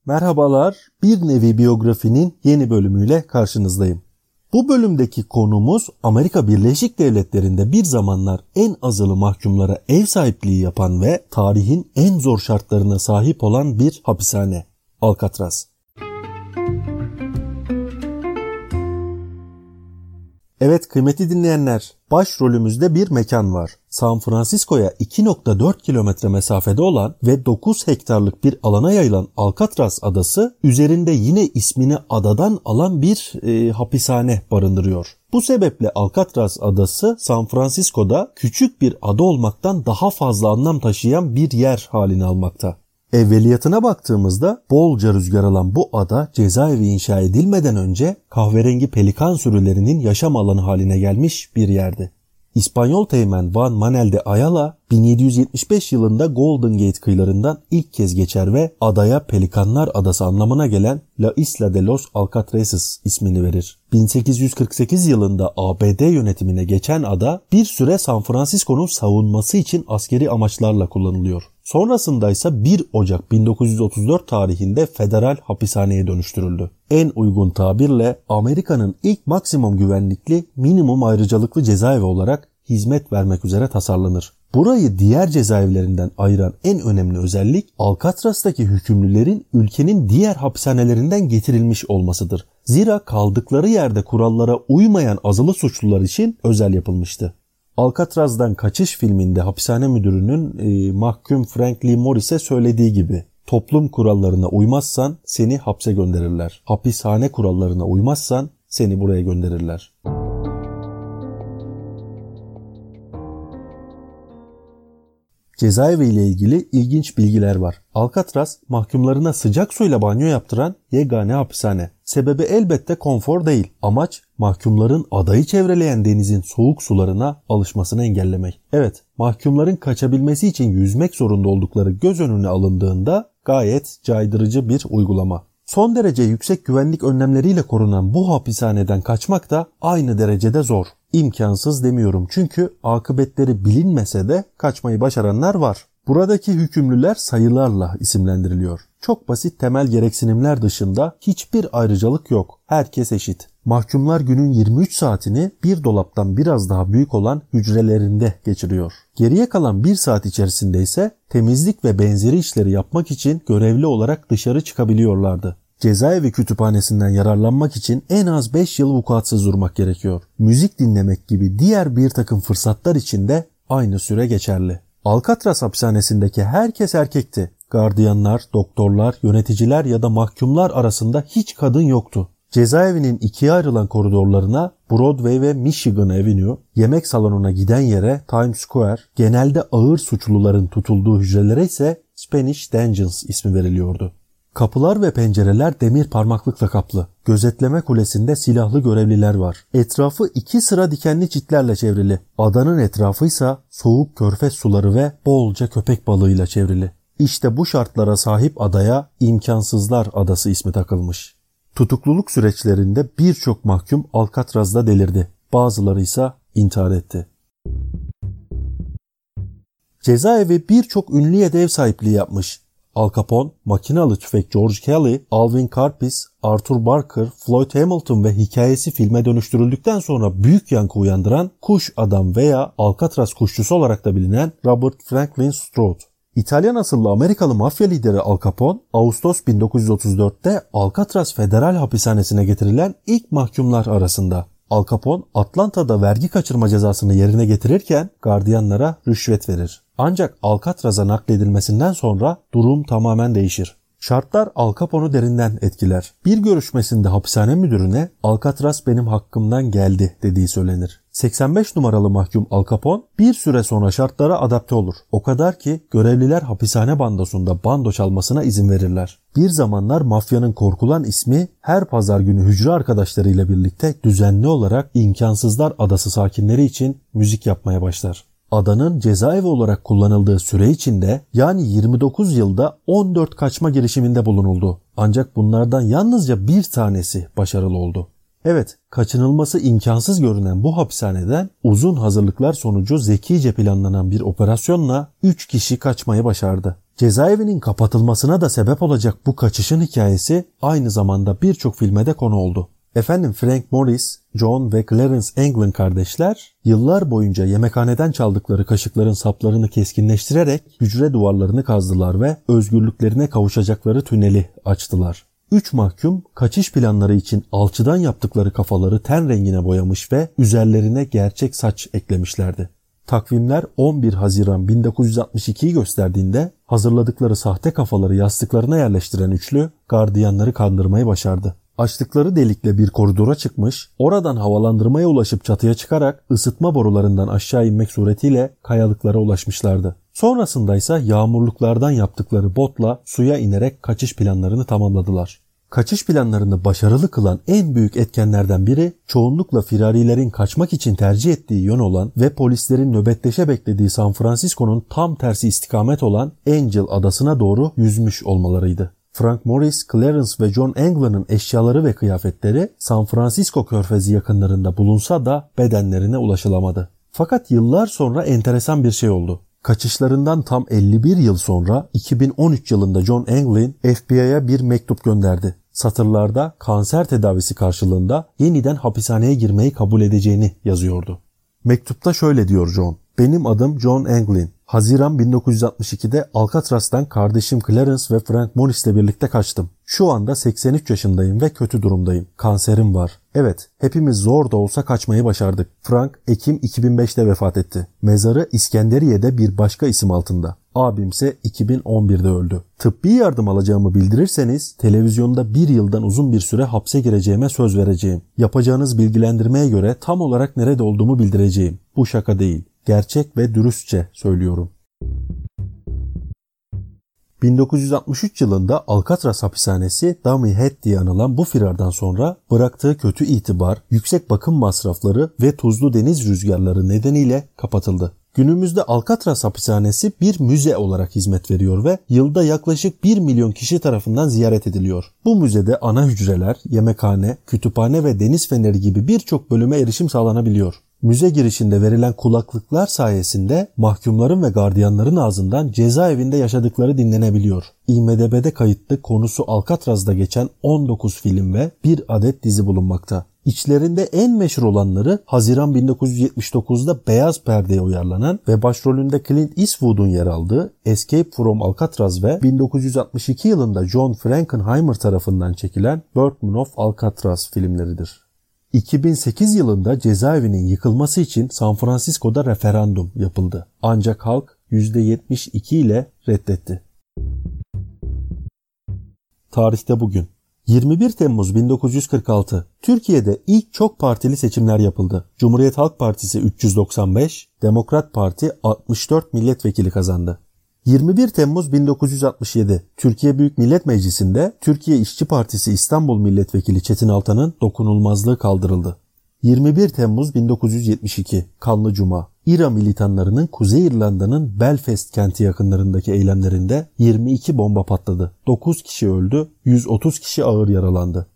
Merhabalar, bir nevi biyografinin yeni bölümüyle karşınızdayım. Bu bölümdeki konumuz Amerika Birleşik Devletleri'nde bir zamanlar en azılı mahkumlara ev sahipliği yapan ve tarihin en zor şartlarına sahip olan bir hapishane, Alcatraz. Evet kıymetli dinleyenler, başrolümüzde bir mekan var. San Francisco'ya 2.4 kilometre mesafede olan ve 9 hektarlık bir alana yayılan Alcatraz adası üzerinde yine ismini adadan alan bir hapishane barındırıyor. Bu sebeple Alcatraz adası San Francisco'da küçük bir ada olmaktan daha fazla anlam taşıyan bir yer halini almakta. Evveliyatına baktığımızda bolca rüzgar alan bu ada cezaevi inşa edilmeden önce kahverengi pelikan sürülerinin yaşam alanı haline gelmiş bir yerdi. İspanyol teğmen Juan Manuel de Ayala 1775 yılında Golden Gate kıyılarından ilk kez geçer ve adaya Pelikanlar Adası anlamına gelen La Isla de los Alcatrazes ismini verir. 1848 yılında ABD yönetimine geçen ada bir süre San Francisco'nun savunması için askeri amaçlarla kullanılıyor. Sonrasında ise 1 Ocak 1934 tarihinde federal hapishaneye dönüştürüldü. En uygun tabirle Amerika'nın ilk maksimum güvenlikli, minimum ayrıcalıklı cezaevi olarak hizmet vermek üzere tasarlanır. Burayı diğer cezaevlerinden ayıran en önemli özellik Alcatraz'taki hükümlülerin ülkenin diğer hapishanelerinden getirilmiş olmasıdır. Zira kaldıkları yerde kurallara uymayan azılı suçlular için özel yapılmıştı. Alcatraz'dan Kaçış filminde hapishane müdürünün mahkum Frank Lee Morris'e söylediği gibi toplum kurallarına uymazsan seni hapse gönderirler. Hapishane kurallarına uymazsan seni buraya gönderirler. Cezaevi ile ilgili ilginç bilgiler var. Alcatraz mahkumlarına sıcak suyla banyo yaptıran yegane hapishane. Sebebi elbette konfor değil. Amaç mahkumların adayı çevreleyen denizin soğuk sularına alışmasını engellemek. Evet, mahkumların kaçabilmesi için yüzmek zorunda oldukları göz önüne alındığında gayet caydırıcı bir uygulama. Son derece yüksek güvenlik önlemleriyle korunan bu hapishaneden kaçmak da aynı derecede zor. İmkansız demiyorum çünkü akıbetleri bilinmese de kaçmayı başaranlar var. Buradaki hükümlüler sayılarla isimlendiriliyor. Çok basit temel gereksinimler dışında hiçbir ayrıcalık yok. Herkes eşit. Mahkumlar günün 23 saatini bir dolaptan biraz daha büyük olan hücrelerinde geçiriyor. Geriye kalan 1 saat içerisinde ise temizlik ve benzeri işleri yapmak için görevli olarak dışarı çıkabiliyorlardı. Cezaevi kütüphanesinden yararlanmak için en az 5 yıl vukuatsız durmak gerekiyor. Müzik dinlemek gibi diğer bir takım fırsatlar için de aynı süre geçerli. Alcatraz hapishanesindeki herkes erkekti. Gardiyanlar, doktorlar, yöneticiler ya da mahkumlar arasında hiç kadın yoktu. Cezaevinin ikiye ayrılan koridorlarına Broadway ve Michigan Avenue, yemek salonuna giden yere Times Square, genelde ağır suçluların tutulduğu hücrelere ise Spanish Dungeons ismi veriliyordu. Kapılar ve pencereler demir parmaklıkla kaplı. Gözetleme kulesinde silahlı görevliler var. Etrafı 2 sıra dikenli çitlerle çevrili. Adanın etrafı ise soğuk körfez suları ve bolca köpek balığıyla çevrili. İşte bu şartlara sahip adaya İmkansızlar Adası ismi takılmış. Tutukluluk süreçlerinde birçok mahkum Alcatraz'da delirdi. Bazıları ise intihar etti. Cezaevi birçok ünlüye de ev sahipliği yapmış. Al Capone, makinalı tüfek George Kelly, Alvin Karpis, Arthur Barker, Floyd Hamilton ve hikayesi filme dönüştürüldükten sonra büyük yankı uyandıran Kuş Adam veya Alcatraz kuşçusu olarak da bilinen Robert Franklin Stroud. İtalyan asıllı Amerikalı mafya lideri Al Capone, Ağustos 1934'te Alcatraz Federal Hapishanesi'ne getirilen ilk mahkumlar arasında. Al Capone, Atlanta'da vergi kaçırma cezasını yerine getirirken gardiyanlara rüşvet verir. Ancak Alcatraz'a nakledilmesinden sonra durum tamamen değişir. Şartlar Al Capone'u derinden etkiler. Bir görüşmesinde hapishane müdürüne Alcatraz benim hakkımdan geldi dediği söylenir. 85 numaralı mahkum Al Capone bir süre sonra şartlara adapte olur. O kadar ki görevliler hapishane bandosunda bando çalmasına izin verirler. Bir zamanlar mafyanın korkulan ismi her pazar günü hücre arkadaşlarıyla birlikte düzenli olarak İmkansızlar Adası sakinleri için müzik yapmaya başlar. Adanın cezaevi olarak kullanıldığı süre içinde yani 29 yılda 14 kaçma girişiminde bulunuldu. Ancak bunlardan yalnızca bir tanesi başarılı oldu. Evet, kaçınılması imkansız görünen bu hapishaneden uzun hazırlıklar sonucu zekice planlanan bir operasyonla 3 kişi kaçmayı başardı. Cezaevinin kapatılmasına da sebep olacak bu kaçışın hikayesi aynı zamanda birçok filme de konu oldu. Frank Morris, John ve Clarence Anglin kardeşler yıllar boyunca yemekhaneden çaldıkları kaşıkların saplarını keskinleştirerek hücre duvarlarını kazdılar ve özgürlüklerine kavuşacakları tüneli açtılar. 3 mahkum kaçış planları için alçıdan yaptıkları kafaları ten rengine boyamış ve üzerlerine gerçek saç eklemişlerdi. Takvimler 11 Haziran 1962'yi gösterdiğinde hazırladıkları sahte kafaları yastıklarına yerleştiren üçlü gardiyanları kandırmayı başardı. Açtıkları delikle bir koridora çıkmış, oradan havalandırmaya ulaşıp çatıya çıkarak ısıtma borularından aşağı inmek suretiyle kayalıklara ulaşmışlardı. Sonrasında ise yağmurluklardan yaptıkları botla suya inerek kaçış planlarını tamamladılar. Kaçış planlarını başarılı kılan en büyük etkenlerden biri çoğunlukla firarilerin kaçmak için tercih ettiği yön olan ve polislerin nöbetleşe beklediği San Francisco'nun tam tersi istikamet olan Angel adasına doğru yüzmüş olmalarıydı. Frank Morris, Clarence ve John Anglin'ın eşyaları ve kıyafetleri San Francisco körfezi yakınlarında bulunsa da bedenlerine ulaşılamadı. Fakat yıllar sonra enteresan bir şey oldu. Kaçışlarından tam 51 yıl sonra 2013 yılında John Anglin FBI'ya bir mektup gönderdi. Satırlarda kanser tedavisi karşılığında yeniden hapishaneye girmeyi kabul edeceğini yazıyordu. Mektupta şöyle diyor John: "Benim adım John Anglin. Haziran 1962'de Alcatraz'tan kardeşim Clarence ve Frank Morris'le birlikte kaçtım. Şu anda 83 yaşındayım ve kötü durumdayım. Kanserim var. Evet, hepimiz zor da olsa kaçmayı başardık. Frank Ekim 2005'te vefat etti. Mezarı İskenderiye'de bir başka isim altında. Abimse 2011'de öldü. Tıbbi yardım alacağımı bildirirseniz televizyonda 1 yıldan uzun bir süre hapse gireceğime söz vereceğim. Yapacağınız bilgilendirmeye göre tam olarak nerede olduğumu bildireceğim. Bu şaka değil. Gerçek ve dürüstçe söylüyorum." 1963 yılında Alcatraz hapishanesi Dummy Head diye anılan bu firardan sonra bıraktığı kötü itibar, yüksek bakım masrafları ve tuzlu deniz rüzgarları nedeniyle kapatıldı. Günümüzde Alcatraz hapishanesi bir müze olarak hizmet veriyor ve yılda yaklaşık 1 milyon kişi tarafından ziyaret ediliyor. Bu müzede ana hücreler, yemekhane, kütüphane ve deniz feneri gibi birçok bölüme erişim sağlanabiliyor. Müze girişinde verilen kulaklıklar sayesinde mahkumların ve gardiyanların ağzından cezaevinde yaşadıkları dinlenebiliyor. IMDb'de kayıtlı konusu Alcatraz'da geçen 19 film ve 1 adet dizi bulunmakta. İçlerinde en meşhur olanları Haziran 1979'da beyaz perdeye uyarlanan ve başrolünde Clint Eastwood'un yer aldığı Escape from Alcatraz ve 1962 yılında John Frankenheimer tarafından çekilen Birdman of Alcatraz filmleridir. 2008 yılında cezaevinin yıkılması için San Francisco'da referandum yapıldı. Ancak halk %72 ile reddetti. Tarihte bugün 21 Temmuz 1946 Türkiye'de ilk çok partili seçimler yapıldı. Cumhuriyet Halk Partisi 395, Demokrat Parti 64 milletvekili kazandı. 21 Temmuz 1967 Türkiye Büyük Millet Meclisi'nde Türkiye İşçi Partisi İstanbul Milletvekili Çetin Altan'ın dokunulmazlığı kaldırıldı. 21 Temmuz 1972 Kanlı Cuma İRA militanlarının Kuzey İrlanda'nın Belfast kenti yakınlarındaki eylemlerinde 22 bomba patladı. 9 kişi öldü, 130 kişi ağır yaralandı.